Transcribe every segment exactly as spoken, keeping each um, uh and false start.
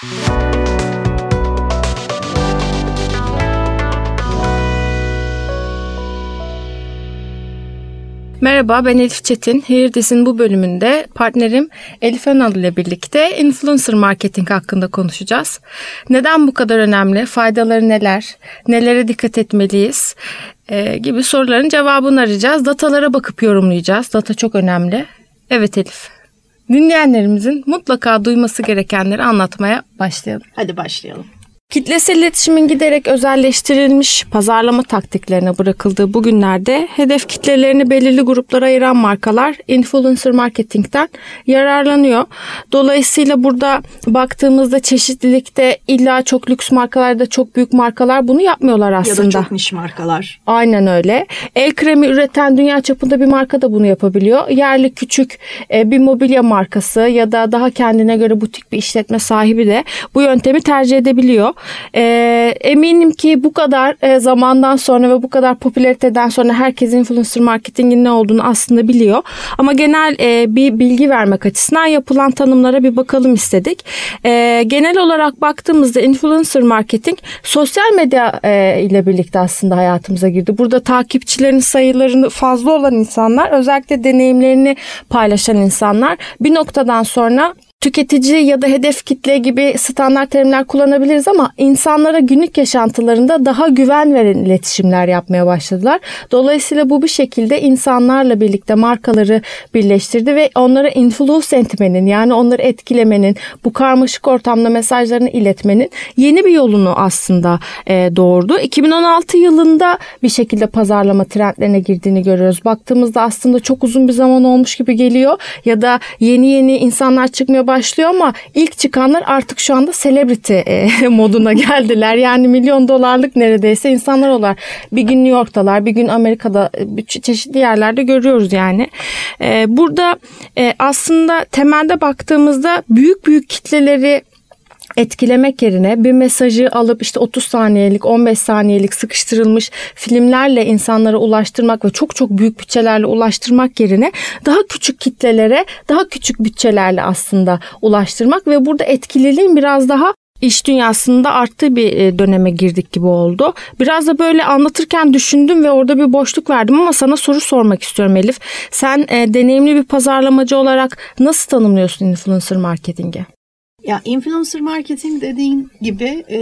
Merhaba, ben Elif Çetin. Here This'in bu bölümünde partnerim Elif Önal ile birlikte influencer marketing hakkında konuşacağız. Neden bu kadar önemli? Faydaları neler? Nelere dikkat etmeliyiz? Ee, gibi soruların cevabını arayacağız. Datalara bakıp yorumlayacağız. Data çok önemli. Evet Elif. Dinleyenlerimizin mutlaka duyması gerekenleri anlatmaya başlayalım. Hadi başlayalım. Kitlesel iletişimin giderek özelleştirilmiş pazarlama taktiklerine bırakıldığı bu günlerde hedef kitlelerini belirli gruplara ayıran markalar influencer marketingten yararlanıyor. Dolayısıyla burada baktığımızda çeşitlilikte illa çok lüks markalar da çok büyük markalar bunu yapmıyorlar aslında. Ya da çok niş markalar. Aynen öyle. El kremi üreten dünya çapında bir marka da bunu yapabiliyor. Yerli küçük bir mobilya markası ya da daha kendine göre butik bir işletme sahibi de bu yöntemi tercih edebiliyor. E, eminim ki bu kadar e, zamandan sonra ve bu kadar popülariteden sonra herkes influencer marketingin ne olduğunu aslında biliyor. Ama genel e, bir bilgi vermek açısından yapılan tanımlara bir bakalım istedik. E, genel olarak baktığımızda influencer marketing sosyal medya e, ile birlikte aslında hayatımıza girdi. Burada takipçilerin sayılarını fazla olan insanlar, özellikle deneyimlerini paylaşan insanlar bir noktadan sonra tüketici ya da hedef kitle gibi standart terimler kullanabiliriz ama insanlara günlük yaşantılarında daha güven veren iletişimler yapmaya başladılar. Dolayısıyla bu bir şekilde insanlarla birlikte markaları birleştirdi ve onlara influence etmenin, yani onları etkilemenin, bu karmaşık ortamda mesajlarını iletmenin yeni bir yolunu aslında e, doğurdu. iki bin on altı yılında bir şekilde pazarlama trendlerine girdiğini görüyoruz. Baktığımızda aslında çok uzun bir zaman olmuş gibi geliyor ya da yeni yeni insanlar çıkmaya başlıyor ama ilk çıkanlar artık şu anda celebrity e, moduna geldiler. Yani milyon dolarlık neredeyse insanlar olarak bir gün New York'talar, bir gün Amerika'da, çeşitli yerlerde görüyoruz yani. E, burada e, aslında temelde baktığımızda büyük büyük kitleleri etkilemek yerine bir mesajı alıp işte otuz saniyelik, on beş saniyelik sıkıştırılmış filmlerle insanlara ulaştırmak ve çok çok büyük bütçelerle ulaştırmak yerine daha küçük kitlelere, daha küçük bütçelerle aslında ulaştırmak ve burada etkililiğin biraz daha İş dünyasında arttığı bir döneme girdik gibi oldu. Biraz da böyle anlatırken düşündüm ve orada bir boşluk verdim ama sana soru sormak istiyorum Elif. Sen e, deneyimli bir pazarlamacı olarak nasıl tanımlıyorsun influencer marketingi? Ya influencer marketing dediğin gibi e,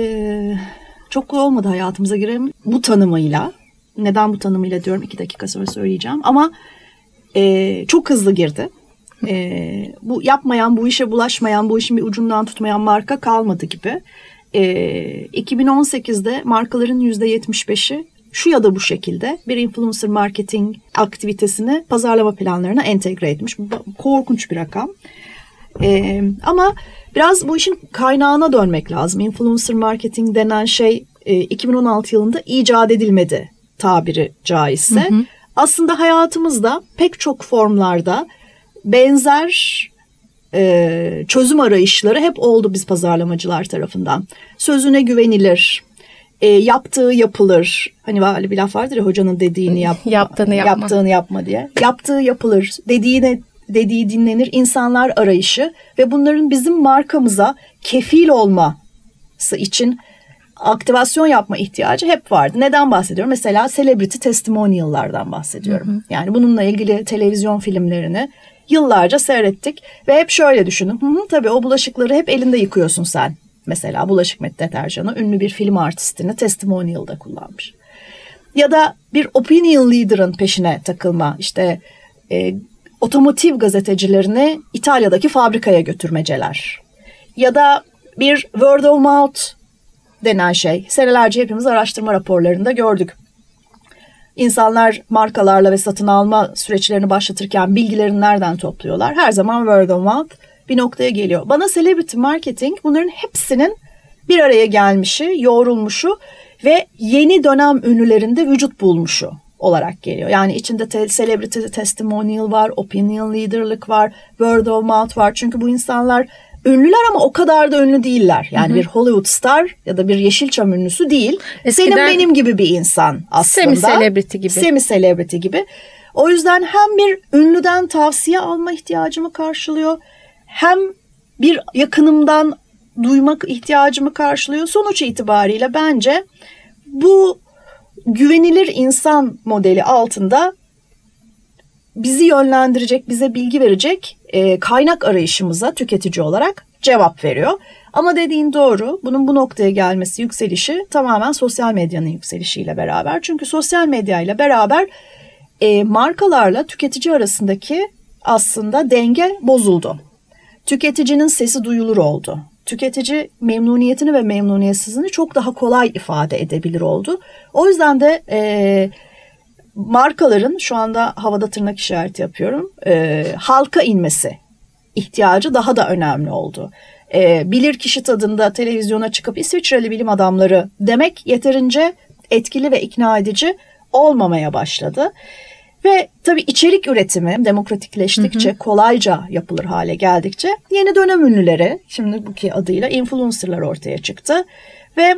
çok olmadı hayatımıza girelim bu tanımıyla. Neden bu tanımıyla diyorum, iki dakika sonra söyleyeceğim. Ama e, çok hızlı girdi. E, bu yapmayan, bu işe bulaşmayan, bu işin bir ucundan tutmayan marka kalmadı gibi. E, iki bin on sekizde markaların yüzde yetmiş beşi şu ya da bu şekilde bir influencer marketing aktivitesini pazarlama planlarına entegre etmiş. Bu korkunç bir rakam. E, ama biraz bu işin kaynağına dönmek lazım. Influencer marketing denen şey e, iki bin on altı yılında icat edilmedi tabiri caizse. Hı hı. Aslında hayatımızda pek çok formlarda benzer e, çözüm arayışları hep oldu biz pazarlamacılar tarafından. Sözüne güvenilir, e, yaptığı yapılır. Hani böyle bir laf vardır ya, hocanın dediğini yap, yaptığını yapma. yaptığını yapma diye. Yaptığı yapılır, dediğine dediği dinlenir, insanlar arayışı ve bunların bizim markamıza kefil olması için aktivasyon yapma ihtiyacı hep vardı. Neden bahsediyorum? Mesela celebrity testimonial'lardan bahsediyorum. Hı hı. Yani bununla ilgili televizyon filmlerini yıllarca seyrettik ve hep şöyle düşünün. Hı hı, tabii o bulaşıkları hep elinde yıkıyorsun sen. Mesela bulaşık deterjanı ünlü bir film artistini testimonial'da kullanmış. Ya da bir opinion leader'ın peşine takılma, işte e, otomotiv gazetecilerini İtalya'daki fabrikaya götürmeceler. Ya da bir word of mouth denen şey. Senelerce hepimiz araştırma raporlarında gördük. İnsanlar markalarla ve satın alma süreçlerini başlatırken bilgilerini nereden topluyorlar? Her zaman word of mouth bir noktaya geliyor. Bana celebrity marketing bunların hepsinin bir araya gelmişi, yoğrulmuşu ve yeni dönem ünlülerinde vücut bulmuşu olarak geliyor. Yani içinde te- celebrity testimonial var, opinion leader'lık var, word of mouth var. Çünkü bu insanlar ünlüler ama o kadar da ünlü değiller. Yani hı hı. bir Hollywood star ya da bir Yeşilçam ünlüsü değil. Eskiden senin benim gibi bir insan aslında. Semi-celebrity gibi. Semi-celebrity gibi. O yüzden hem bir ünlüden tavsiye alma ihtiyacımı karşılıyor, hem bir yakınımdan duymak ihtiyacımı karşılıyor. Sonuç itibariyle bence bu güvenilir insan modeli altında bizi yönlendirecek, bize bilgi verecek e, kaynak arayışımıza tüketici olarak cevap veriyor. Ama dediğin doğru. Bunun bu noktaya gelmesi, yükselişi tamamen sosyal medyanın yükselişiyle beraber. Çünkü sosyal medyayla beraber e, markalarla tüketici arasındaki aslında denge bozuldu. Tüketicinin sesi duyulur oldu. Tüketici memnuniyetini ve memnuniyetsizliğini çok daha kolay ifade edebilir oldu. O yüzden de e, markaların şu anda havada tırnak işareti yapıyorum. E, halka inmesi ihtiyacı daha da önemli oldu. E, bilirkişi tadında televizyona çıkıp İsviçreli bilim adamları demek yeterince etkili ve ikna edici olmamaya başladı. Ve tabii içerik üretimi demokratikleştikçe, hı hı. kolayca yapılır hale geldikçe yeni dönem ünlüleri, şimdi buki adıyla influencerlar ortaya çıktı. Ve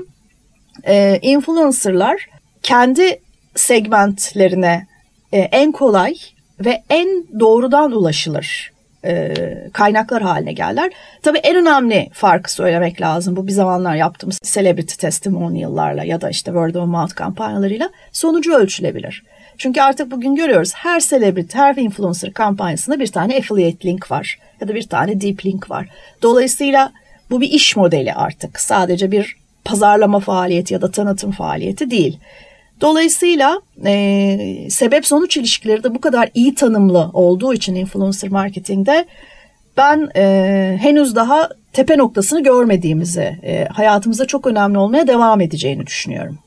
e, influencerlar kendi segmentlerine e, en kolay ve en doğrudan ulaşılır e, kaynaklar haline geldiler. Tabii en önemli farkı söylemek lazım. Bu bir zamanlar yaptığımız celebrity testimonial'larla ya da işte word of mouth kampanyalarıyla sonucu ölçülebilir. Çünkü artık bugün görüyoruz her celebrity, her influencer kampanyasında bir tane affiliate link var ya da bir tane deep link var. Dolayısıyla bu bir iş modeli artık. Sadece bir pazarlama faaliyeti ya da tanıtım faaliyeti değil. Dolayısıyla e, sebep sonuç ilişkileri de bu kadar iyi tanımlı olduğu için influencer marketingde ben e, henüz daha tepe noktasını görmediğimizi, e, hayatımızda çok önemli olmaya devam edeceğini düşünüyorum.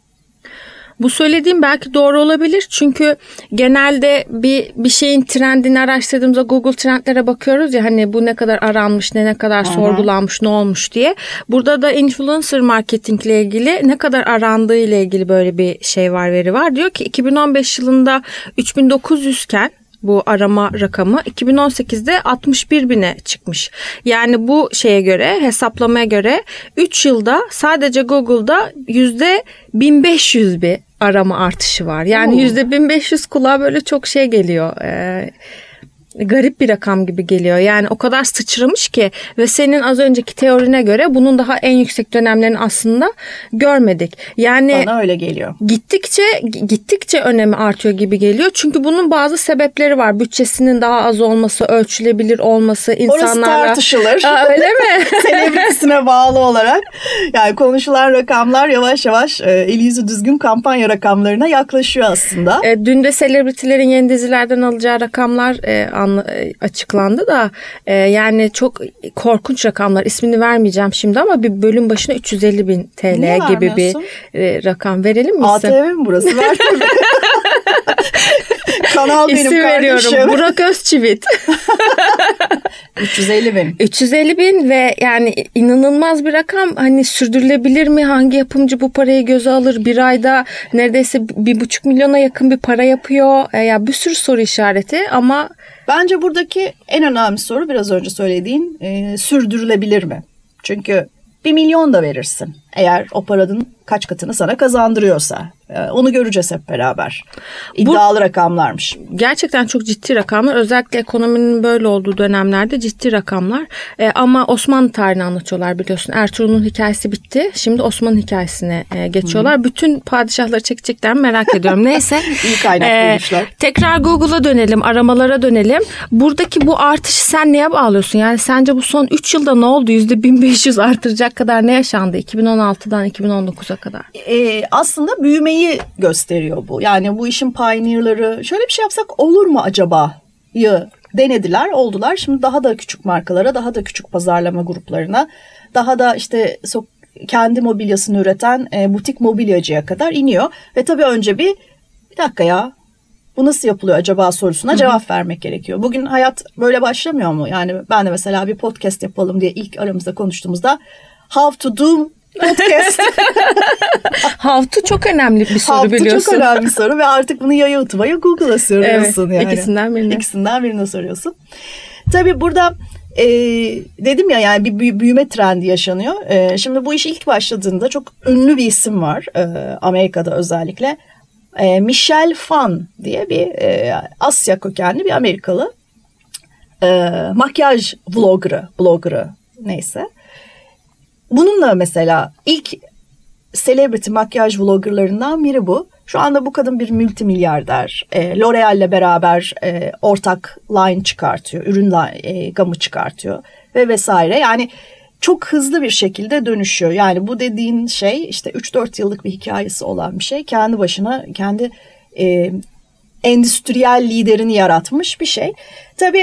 Bu söylediğim belki doğru olabilir. Çünkü genelde bir bir şeyin trendini araştırdığımızda Google trendlere bakıyoruz ya, hani bu ne kadar aranmış, ne ne kadar Aha. sorgulanmış, ne olmuş diye. Burada da influencer marketingle ilgili ne kadar arandığı ile ilgili böyle bir şey var, veri var. Diyor ki iki bin on beş yılında üç bin dokuz yüz iken bu arama rakamı iki bin on sekizde altmış bir bine çıkmış. Yani bu şeye göre, hesaplamaya göre üç yılda sadece Google'da yüzde bin beş yüz bir arama artışı var. Yani yüzde bin beş yüz kulağa böyle çok şey geliyor. Ee, garip bir rakam gibi geliyor. Yani o kadar sıçramış ki ve senin az önceki teorine göre bunun daha en yüksek dönemlerini aslında görmedik. Yani bana öyle geliyor. Gittikçe gittikçe önemi artıyor gibi geliyor. Çünkü bunun bazı sebepleri var. Bütçesinin daha az olması, ölçülebilir olması, insanlarla... Orası tartışılır. Aa, öyle mi? Selebritisine bağlı olarak. Yani konuşulan rakamlar yavaş yavaş e, eli yüzü düzgün kampanya rakamlarına yaklaşıyor aslında. E, dün de selebritilerin yeni dizilerden alacağı rakamlar e, anla, e, açıklandı da e, yani çok korkunç rakamlar. İsmini vermeyeceğim şimdi ama bir bölüm başına üç yüz elli bin T L gibi bir e, rakam verelim mi? A T V mi burası? Ver tabii. Kanal benim İsim kardeşim. veriyorum. Burak Özçivit. üç yüz elli bin. üç yüz elli bin ve yani inanılmaz bir rakam. Hani sürdürülebilir mi? Hangi yapımcı bu parayı göze alır? Bir ayda neredeyse bir buçuk milyona yakın bir para yapıyor. E, ya bir sürü soru işareti ama bence buradaki en önemli soru biraz önce söylediğin e, sürdürülebilir mi? Çünkü bir milyon da verirsin eğer o paranın kaç katını sana kazandırıyorsa. Onu göreceğiz hep beraber. İddialı Bu, rakamlarmış. Gerçekten çok ciddi rakamlar. Özellikle ekonominin böyle olduğu dönemlerde ciddi rakamlar. E, ama Osmanlı tarihini anlatıyorlar biliyorsun. Ertuğrul'un hikayesi bitti. Şimdi Osmanlı hikayesine e, geçiyorlar. Hmm. Bütün padişahları çekecekler mi merak ediyorum. Neyse. İyi kaynak bulmuşlar. E, tekrar Google'a dönelim. Aramalara dönelim. Buradaki bu artışı sen neye bağlıyorsun? Yani sence bu son üç yılda ne oldu? yüzde bin beş yüz artıracak kadar ne yaşandı? iki bin on altıdan iki bin on dokuza kadar. E, aslında büyümeyi gösteriyor bu. Yani bu işin pioneer'ları şöyle bir şey yapsak olur mu acaba'yı denediler, oldular. Şimdi daha da küçük markalara, daha da küçük pazarlama gruplarına, daha da işte kendi mobilyasını üreten e, butik mobilyacıya kadar iniyor. Ve tabii önce bir bir dakika ya bu nasıl yapılıyor acaba sorusuna cevap Hı-hı. vermek gerekiyor. Bugün hayat böyle başlamıyor mu? Yani ben de mesela bir podcast yapalım diye ilk aramızda konuştuğumuzda how to do podcast. How to çok önemli bir soru How to biliyorsun. çok önemli bir soru ve artık bunu ya YouTube'a ya Google'a soruyorsun. Evet, yani. ikisinden birine. İkisinden birine soruyorsun. Tabii burada e, dedim ya yani bir büyüme trendi yaşanıyor. E, şimdi bu iş ilk başladığında çok ünlü bir isim var e, Amerika'da özellikle. E, Michelle Phan diye bir e, Asya kökenli bir Amerikalı e, makyaj vloggerı, bloggerı neyse. bununla mesela ilk celebrity makyaj vloggerlarından biri bu. Şu anda bu kadın bir multimilyarder. E, L'Oreal'le beraber e, ortak line çıkartıyor. Ürün e, gamı çıkartıyor ve vesaire. Yani çok hızlı bir şekilde dönüşüyor. Yani bu dediğin şey işte üç dört yıllık bir hikayesi olan bir şey. Kendi başına kendi e, endüstriyel liderini yaratmış bir şey. Tabii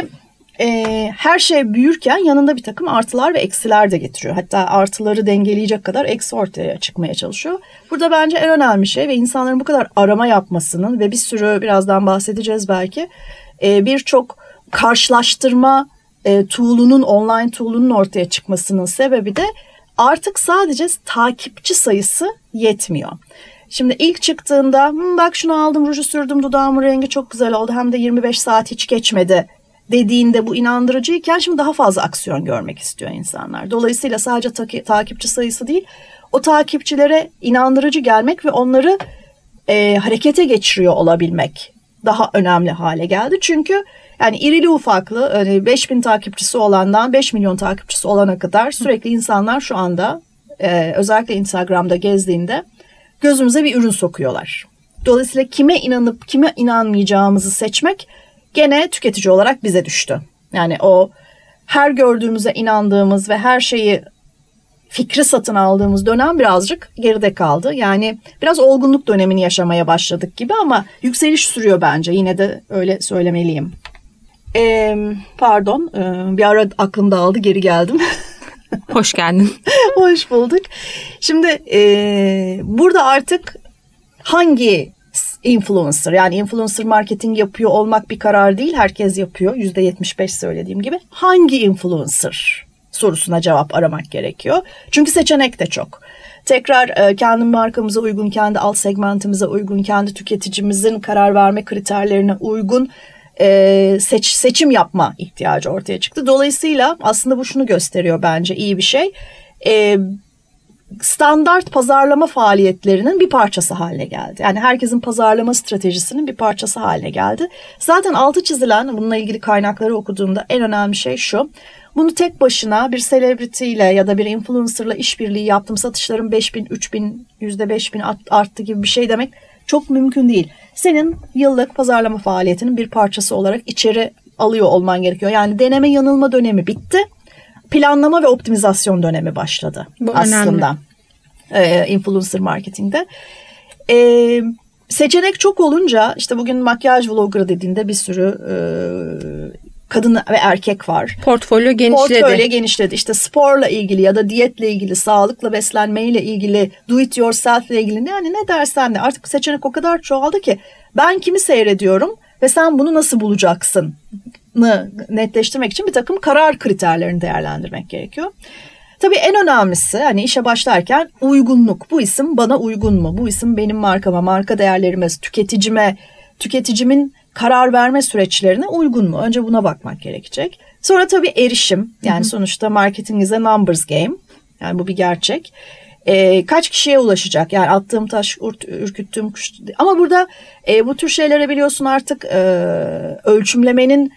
e, her şey büyürken yanında bir takım artılar ve eksiler de getiriyor. Hatta artıları dengeleyecek kadar eksi ortaya çıkmaya çalışıyor. Burada bence en önemli şey ve insanların bu kadar arama yapmasının ve bir sürü birazdan bahsedeceğiz belki e, birçok karşılaştırma e, tool'unun, online tool'unun ortaya çıkmasının sebebi de artık sadece takipçi sayısı yetmiyor. Şimdi ilk çıktığında bak şunu aldım, ruju sürdüm, dudağımın rengi çok güzel oldu hem de yirmi beş saat hiç geçmedi dediğinde bu inandırıcıyken şimdi daha fazla aksiyon görmek istiyor insanlar. Dolayısıyla sadece ta- takipçi sayısı değil, o takipçilere inandırıcı gelmek ve onları e, harekete geçiriyor olabilmek daha önemli hale geldi. Çünkü yani irili ufaklı hani beş bin takipçisi olandan beş milyon takipçisi olana kadar sürekli insanlar şu anda e, özellikle Instagram'da gezdiğinde gözümüze bir ürün sokuyorlar. Dolayısıyla kime inanıp kime inanmayacağımızı seçmek gene tüketici olarak bize düştü. Yani o her gördüğümüze inandığımız ve her şeyi fikri satın aldığımız dönem birazcık geride kaldı. Yani biraz olgunluk dönemini yaşamaya başladık gibi ama yükseliş sürüyor bence. Yine de öyle söylemeliyim. Ee, pardon bir ara aklım dağıldı, geri geldim. Hoş geldin. Hoş bulduk. Şimdi e, burada artık hangi influencer, yani influencer marketing yapıyor olmak bir karar değil. Herkes yapıyor. yüzde yetmiş beş söylediğim gibi. Hangi influencer sorusuna cevap aramak gerekiyor. Çünkü seçenek de çok. Tekrar e, kendi markamıza uygun, kendi alt segmentimize uygun, kendi tüketicimizin karar verme kriterlerine uygun e, seç, seçim yapma ihtiyacı ortaya çıktı. Dolayısıyla aslında bu şunu gösteriyor bence, iyi bir şey. E, standart pazarlama faaliyetlerinin bir parçası haline geldi. Yani herkesin pazarlama stratejisinin bir parçası haline geldi. Zaten altı çizilen, bununla ilgili kaynakları okuduğumda en önemli şey şu: bunu tek başına bir celebrity ile ya da bir influencer'la işbirliği yaptım, satışlarım beş bin, üç bin, yüzde beş bin arttı gibi bir şey demek çok mümkün değil. Senin yıllık pazarlama faaliyetinin bir parçası olarak içeri alıyor olman gerekiyor. Yani deneme yanılma dönemi bitti. Planlama ve optimizasyon dönemi başladı. Bu aslında ee, influencer marketingde. Ee, seçenek çok olunca işte bugün makyaj vlogger dediğinde bir sürü e, kadın ve erkek var. Portfolyo genişledi. Portfolyo genişledi. İşte sporla ilgili ya da diyetle ilgili, sağlıkla beslenmeyle ilgili, do it yourself ile ilgili, yani ne dersen de artık seçenek o kadar çoğaldı ki ben kimi seyrediyorum ve sen bunu nasıl bulacaksın netleştirmek için bir takım karar kriterlerini değerlendirmek gerekiyor. Tabii en önemlisi hani işe başlarken uygunluk. Bu isim bana uygun mu? Bu isim benim markama, marka değerlerime, tüketicime, tüketicimin karar verme süreçlerine uygun mu? Önce buna bakmak gerekecek. Sonra tabii erişim. Yani sonuçta marketing is a numbers game. Yani bu bir gerçek. E, kaç kişiye ulaşacak? Yani attığım taş, ürküttüğüm kuş. Ama burada e, bu tür şeylere biliyorsun artık e, ölçümlemenin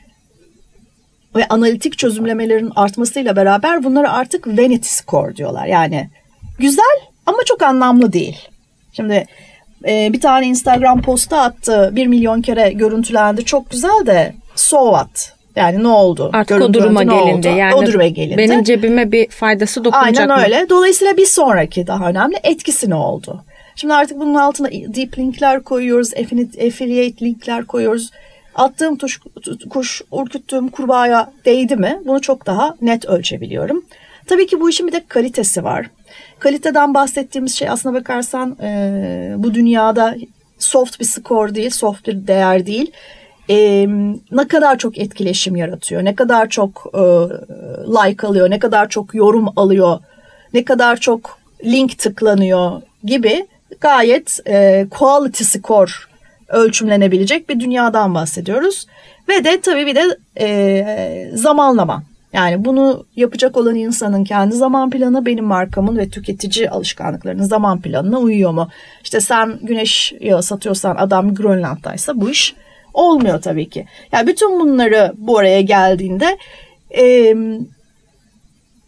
ve analitik çözümlemelerin artmasıyla beraber bunları artık vanity score diyorlar. Yani güzel ama çok anlamlı değil. Şimdi e, bir tane Instagram postu attı, bir milyon kere görüntülendi, çok güzel de so what? Yani ne oldu? Artık o duruma gelindi. Yani o duruma gelindi. Benim cebime bir faydası dokunacak mı? Aynen öyle. Dolayısıyla bir sonraki daha önemli, etkisi ne oldu? Şimdi artık bunun altına deep linkler koyuyoruz, affiliate linkler koyuyoruz. Attığım tuş, kuş, ürküttüğüm kurbağaya değdi mi? Bunu çok daha net ölçebiliyorum. Tabii ki bu işin bir de kalitesi var. Kaliteden bahsettiğimiz şey aslına bakarsan e, bu dünyada soft bir skor değil, soft bir değer değil. E, ne kadar çok etkileşim yaratıyor, ne kadar çok e, like alıyor, ne kadar çok yorum alıyor, ne kadar çok link tıklanıyor gibi gayet e, quality score ölçümlenebilecek bir dünyadan bahsediyoruz. Ve de tabii bir de e, zamanlama. Yani bunu yapacak olan insanın kendi zaman planı benim markamın ve tüketici alışkanlıklarının zaman planına uyuyor mu? İşte sen güneş yağı satıyorsan adam Grönland'daysa bu iş olmuyor tabii ki. Yani bütün bunları bu araya geldiğinde e,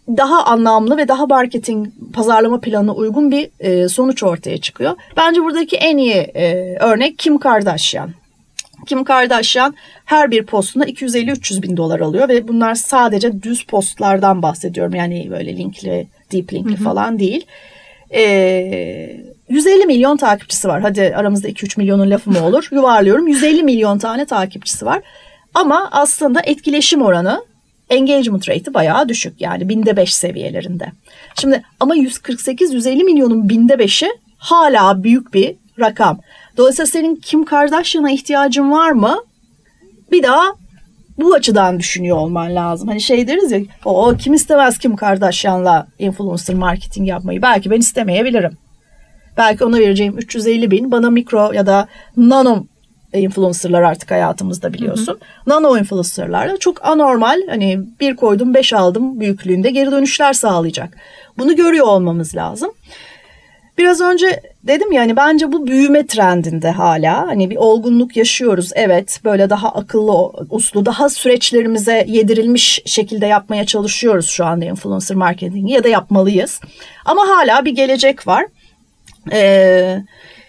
daha anlamlı ve daha marketing pazarlama planına uygun bir e, sonuç ortaya çıkıyor. Bence buradaki en iyi e, örnek Kim Kardashian. Kim Kardashian her bir postuna iki yüz elli üç yüz bin dolar alıyor ve bunlar sadece düz postlardan bahsediyorum. Yani böyle linkli, deep linkli hı hı. falan değil. Ee, yüz elli milyon takipçisi var. Hadi aramızda iki üç milyonun lafı mı olur? Yuvarlıyorum. yüz elli milyon tane takipçisi var. Ama aslında etkileşim oranı, engagement rate'i bayağı düşük. Yani binde beş seviyelerinde. Şimdi ama yüz kırk sekiz yüz elli milyonun binde beşi hala büyük bir rakam. Dolayısıyla senin Kim Kardashian'a ihtiyacın var mı? Bir daha bu açıdan düşünüyor olman lazım. Hani şey deriz ya, o kim istemez Kim Kardashian'la influencer marketing yapmayı? Belki ben istemeyebilirim. Belki ona vereceğim üç yüz elli bin bana mikro ya da nano influencerlar artık hayatımızda biliyorsun. Hı hı. Nano influencerlarla çok anormal, hani bir koydum beş aldım büyüklüğünde geri dönüşler sağlayacak. Bunu görüyor olmamız lazım. Biraz önce dedim ya, hani bence bu büyüme trendinde hala. Hani bir olgunluk yaşıyoruz. Evet, böyle daha akıllı, uslu, daha süreçlerimize yedirilmiş şekilde yapmaya çalışıyoruz şu anda influencer marketingi ya da yapmalıyız. Ama hala bir gelecek var. Ee,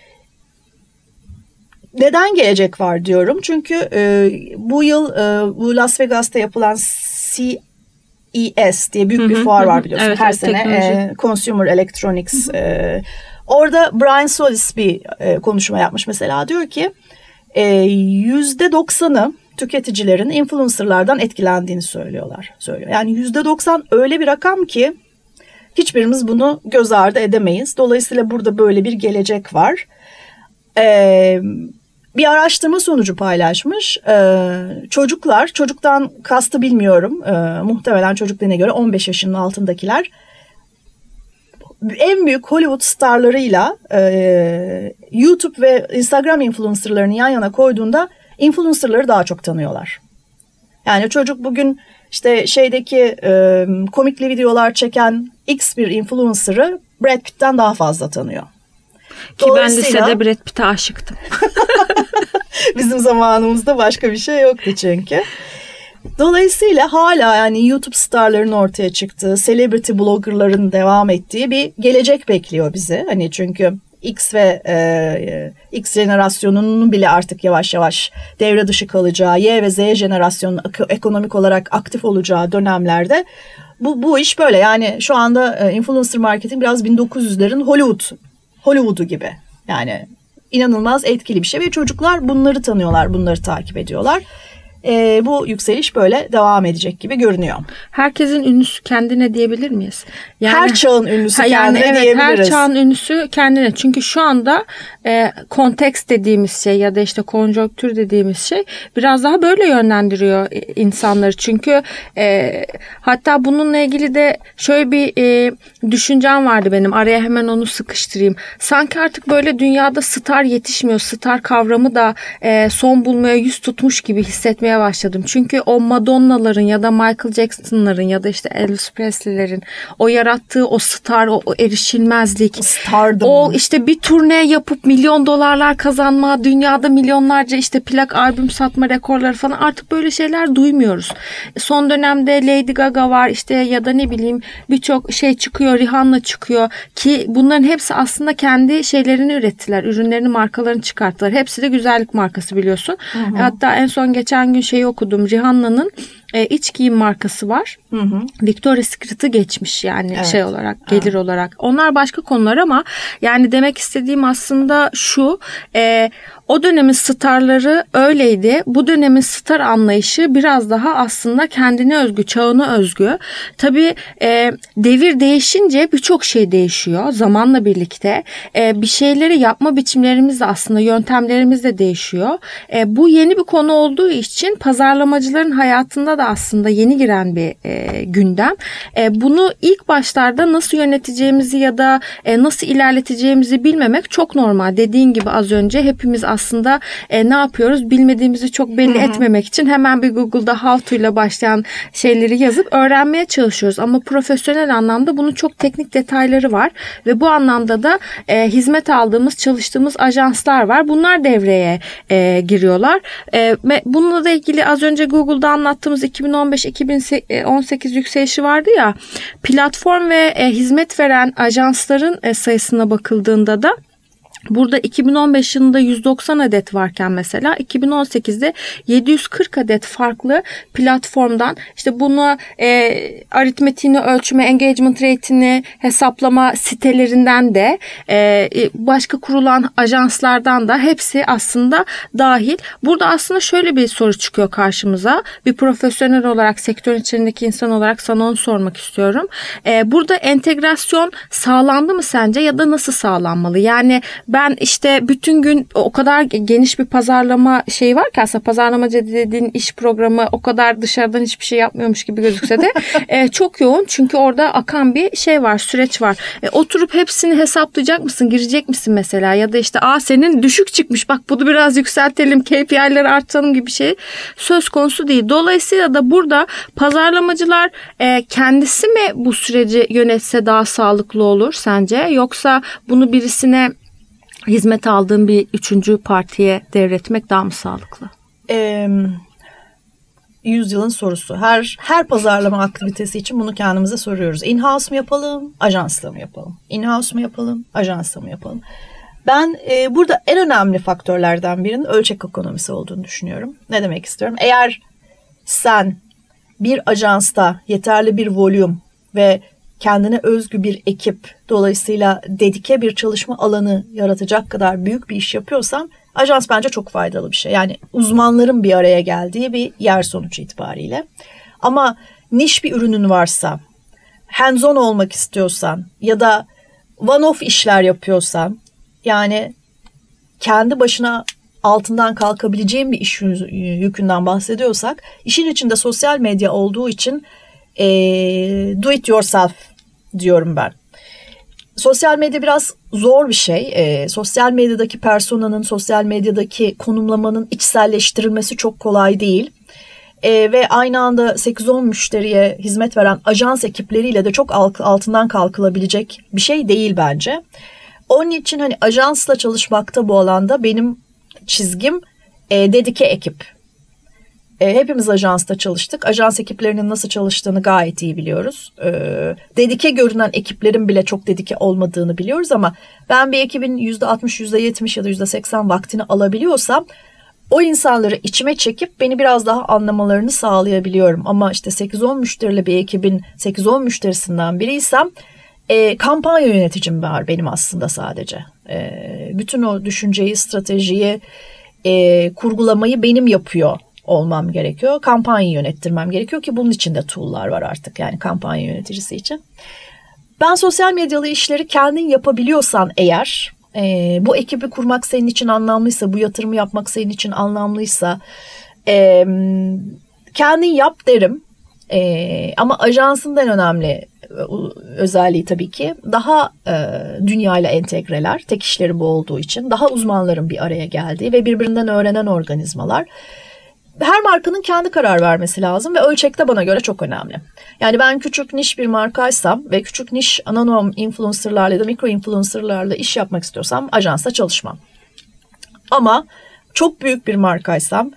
neden gelecek var diyorum? Çünkü e, bu yıl e, bu Las Vegas'ta yapılan C E S diye büyük bir fuar var biliyorsun. Evet, her evet, sene e, Consumer Electronics. E, orada Brian Solis bir e, konuşma yapmış mesela. Diyor ki e, yüzde doksanı tüketicilerin influencerlardan etkilendiğini söylüyorlar. Söylüyor. Yani yüzde doksan öyle bir rakam ki hiçbirimiz bunu göz ardı edemeyiz. Dolayısıyla burada böyle bir gelecek var. E, bir araştırma sonucu paylaşmış. Ee, çocuklar, çocuktan kastı bilmiyorum. Ee, muhtemelen çocuk dediğine göre on beş yaşının altındakiler. En büyük Hollywood starlarıyla e, YouTube ve Instagram influencerlarını yan yana koyduğunda influencerları daha çok tanıyorlar. Yani çocuk bugün işte şeydeki e, komikli videolar çeken X bir influencer'ı Brad Pitt'ten daha fazla tanıyor. Ki ben lisede Brad Pitt'e aşıktım. Bizim zamanımızda başka bir şey yoktu çünkü. Dolayısıyla hala yani YouTube starlarının ortaya çıktığı, celebrity bloggerların devam ettiği bir gelecek bekliyor bizi. Hani çünkü X ve e, X jenerasyonunun bile artık yavaş yavaş devre dışı kalacağı, Y ve Z jenerasyonunun ekonomik olarak aktif olacağı dönemlerde bu bu iş böyle. Yani şu anda e, influencer marketing biraz bin dokuz yüzlerin Hollywood Hollywood'u gibi. Yani inanılmaz etkili bir şey ve çocuklar bunları tanıyorlar, bunları takip ediyorlar. Ee, bu yükseliş böyle devam edecek gibi görünüyor. Herkesin ünlüsü kendine diyebilir miyiz? Yani, her çağın ünlüsü yani kendine evet, diyebiliriz. Her çağın ünlüsü kendine. Çünkü şu anda e, konteks dediğimiz şey ya da işte konjonktür dediğimiz şey biraz daha böyle yönlendiriyor insanları. Çünkü e, hatta bununla ilgili de şöyle bir e, düşüncem vardı benim. Araya hemen onu sıkıştırayım. Sanki artık böyle dünyada star yetişmiyor. Star kavramı da e, son bulmaya yüz tutmuş gibi hissetmeye başladım. Çünkü o Madonna'ların ya da Michael Jackson'ların ya da işte Elvis Presley'lerin o yarattığı o star, o, o erişilmezlik, Stardom. O işte bir turne yapıp milyon dolarlar kazanma, dünyada milyonlarca işte plak, albüm satma rekorları falan, artık böyle şeyler duymuyoruz. Son dönemde Lady Gaga var işte ya da ne bileyim birçok şey çıkıyor, Rihanna çıkıyor ki bunların hepsi aslında kendi şeylerini ürettiler, ürünlerini, markalarını çıkarttılar. Hepsi de güzellik markası biliyorsun. Hı hı. Hatta en son geçen gün şeyi okudum. Rihanna'nın e, iç giyim markası var. Hı hı. Victoria's Secret'ı geçmiş yani evet. şey olarak, gelir evet. olarak. Onlar başka konular ama yani demek istediğim aslında şu. E, o dönemin starları öyleydi. Bu dönemin star anlayışı biraz daha aslında kendine özgü, çağına özgü. Tabii e, devir değişince birçok şey değişiyor zamanla birlikte. E, bir şeyleri yapma biçimlerimiz de aslında, yöntemlerimiz de değişiyor. E, bu yeni bir konu olduğu için pazarlamacıların hayatında da aslında yeni giren bir e, gündem. E, bunu ilk başlarda nasıl yöneteceğimizi ya da e, nasıl ilerleteceğimizi bilmemek çok normal. Dediğin gibi az önce hepimiz aslında aslında e, ne yapıyoruz? Bilmediğimizi çok belli Hı-hı. etmemek için hemen bir Google'da how to ile başlayan şeyleri yazıp öğrenmeye çalışıyoruz. Ama profesyonel anlamda bunun çok teknik detayları var ve bu anlamda da e, hizmet aldığımız, çalıştığımız ajanslar var. Bunlar devreye e, giriyorlar. E, ve bununla da ilgili az önce Google'da anlattığımız iki bin on beş iki bin on sekiz yükselişi vardı ya, platform ve e, hizmet veren ajansların e, sayısına bakıldığında da burada iki bin on beş yılında yüz doksan adet varken mesela iki bin on sekizde yedi yüz kırk adet farklı platformdan işte bunu e, aritmetiğini ölçme, engagement rate'ini hesaplama sitelerinden de e, başka kurulan ajanslardan da hepsi aslında dahil. Burada aslında şöyle bir soru çıkıyor karşımıza. Bir profesyonel olarak, sektör içerisindeki insan olarak sana onu sormak istiyorum. E, burada entegrasyon sağlandı mı sence ya da nasıl sağlanmalı? Yani ben işte bütün gün o kadar geniş bir pazarlama şeyi var ki aslında pazarlamacı dediğin iş programı o kadar dışarıdan hiçbir şey yapmıyormuş gibi gözükse de e, çok yoğun. Çünkü orada akan bir şey var, süreç var. E, oturup hepsini hesaplayacak mısın, girecek misin mesela? Ya da işte aa senin düşük çıkmış, bak bunu biraz yükseltelim, K P I'leri arttıralım gibi bir şey söz konusu değil. Dolayısıyla da burada pazarlamacılar e, kendisi mi bu süreci yönetse daha sağlıklı olur sence? Yoksa bunu birisine hizmet aldığın bir üçüncü partiye devretmek daha mı sağlıklı? Ee, yüzyılın sorusu. Her her pazarlama aktivitesi için bunu kendimize soruyoruz. In-house mı yapalım, ajansla mı yapalım? In-house mı yapalım, ajansla mı yapalım? Ben e, burada en önemli faktörlerden birinin ölçek ekonomisi olduğunu düşünüyorum. Ne demek istiyorum? Eğer sen bir ajansta yeterli bir volüm ve kendine özgü bir ekip, dolayısıyla dedike bir çalışma alanı yaratacak kadar büyük bir iş yapıyorsan ajans bence çok faydalı bir şey. Yani uzmanların bir araya geldiği bir yer sonuç itibariyle. Ama niş bir ürünün varsa, hands-on olmak istiyorsan ya da one-off işler yapıyorsan, yani kendi başına altından kalkabileceğin bir iş yükünden bahsediyorsak, işin içinde sosyal medya olduğu için E, do it yourself diyorum ben. Sosyal medya biraz zor bir şey. E, sosyal medyadaki personanın, sosyal medyadaki konumlamanın içselleştirilmesi çok kolay değil. E, ve aynı anda sekiz on müşteriye hizmet veren ajans ekipleriyle de çok altından kalkılabilecek bir şey değil bence. Onun için hani ajansla çalışmakta bu alanda benim çizgim e, dedike ekip. E, hepimiz ajansta çalıştık. Ajans ekiplerinin nasıl çalıştığını gayet iyi biliyoruz. E, dedike görünen ekiplerin bile çok dedike olmadığını biliyoruz ama ben bir ekibin yüzde altmış, yüzde yetmiş ya da yüzde seksen vaktini alabiliyorsam o insanları içime çekip beni biraz daha anlamalarını sağlayabiliyorum. Ama işte sekiz on müşterili bir ekibin sekiz on müşterisinden biriysem e, kampanya yöneticim var benim aslında sadece. E, bütün o düşünceyi, stratejiyi, e, kurgulamayı benim yapıyor olmam gerekiyor. Kampanyayı yönettirmem gerekiyor ki bunun için de tool'lar var artık, yani kampanya yöneticisi için. Ben sosyal medyalı işleri kendin yapabiliyorsan eğer, e, bu ekibi kurmak senin için anlamlıysa, bu yatırımı yapmak senin için anlamlıysa e, kendin yap derim. E, ama ajansın en önemli özelliği tabii ki daha e, dünyayla entegreler, tek işleri bu olduğu için daha uzmanların bir araya geldiği ve birbirinden öğrenen organizmalar. Her markanın kendi karar vermesi lazım ve ölçek de bana göre çok önemli. Yani ben küçük niş bir markaysam ve küçük niş anonim influencerlarla ya da mikro influencerlarla iş yapmak istiyorsam ajansla çalışmam. Ama çok büyük bir markaysam,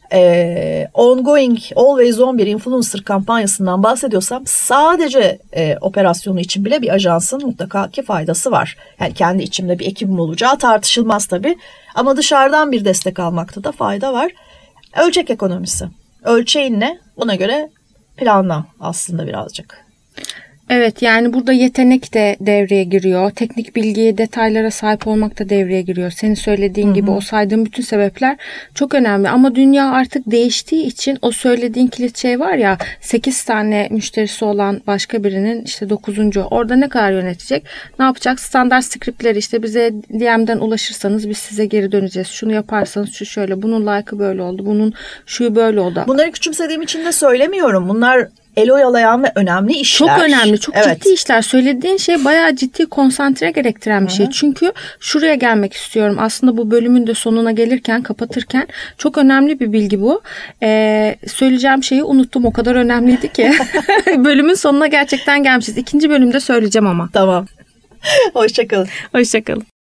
e, ongoing, always on bir influencer kampanyasından bahsediyorsam sadece e, operasyonu için bile bir ajansın mutlaka ki faydası var. Yani kendi içimde bir ekibim olacağı tartışılmaz tabii ama dışarıdan bir destek almakta da fayda var. Ölçek ekonomisi. Ölçeğin ne? Buna göre planla aslında birazcık. Evet, yani burada yetenek de devreye giriyor. Teknik bilgiye, detaylara sahip olmak da devreye giriyor. Senin söylediğin Hı-hı. gibi o saydığın bütün sebepler çok önemli. Ama dünya artık değiştiği için o söylediğin kilit şey var ya, sekiz tane müşterisi olan başka birinin işte dokuzuncu orada ne kadar yönetecek? Ne yapacak? Standart scriptleri işte bize D M'den ulaşırsanız biz size geri döneceğiz. Şunu yaparsanız şu şöyle, bunun like'ı böyle oldu, bunun şuyu böyle oldu. Bunları küçümsediğim için de söylemiyorum. Bunlar el oyalayan ve önemli işler. Çok önemli, çok Evet. ciddi işler. Söylediğin şey bayağı ciddi konsantre gerektiren bir Hı-hı. şey. Çünkü şuraya gelmek istiyorum. Aslında bu bölümün de sonuna gelirken, kapatırken çok önemli bir bilgi bu. Ee, söyleyeceğim şeyi unuttum. O kadar önemliydi ki. Bölümün sonuna gerçekten gelmişiz. İkinci bölümde söyleyeceğim ama. Tamam. Hoşça kalın. Hoşça kalın.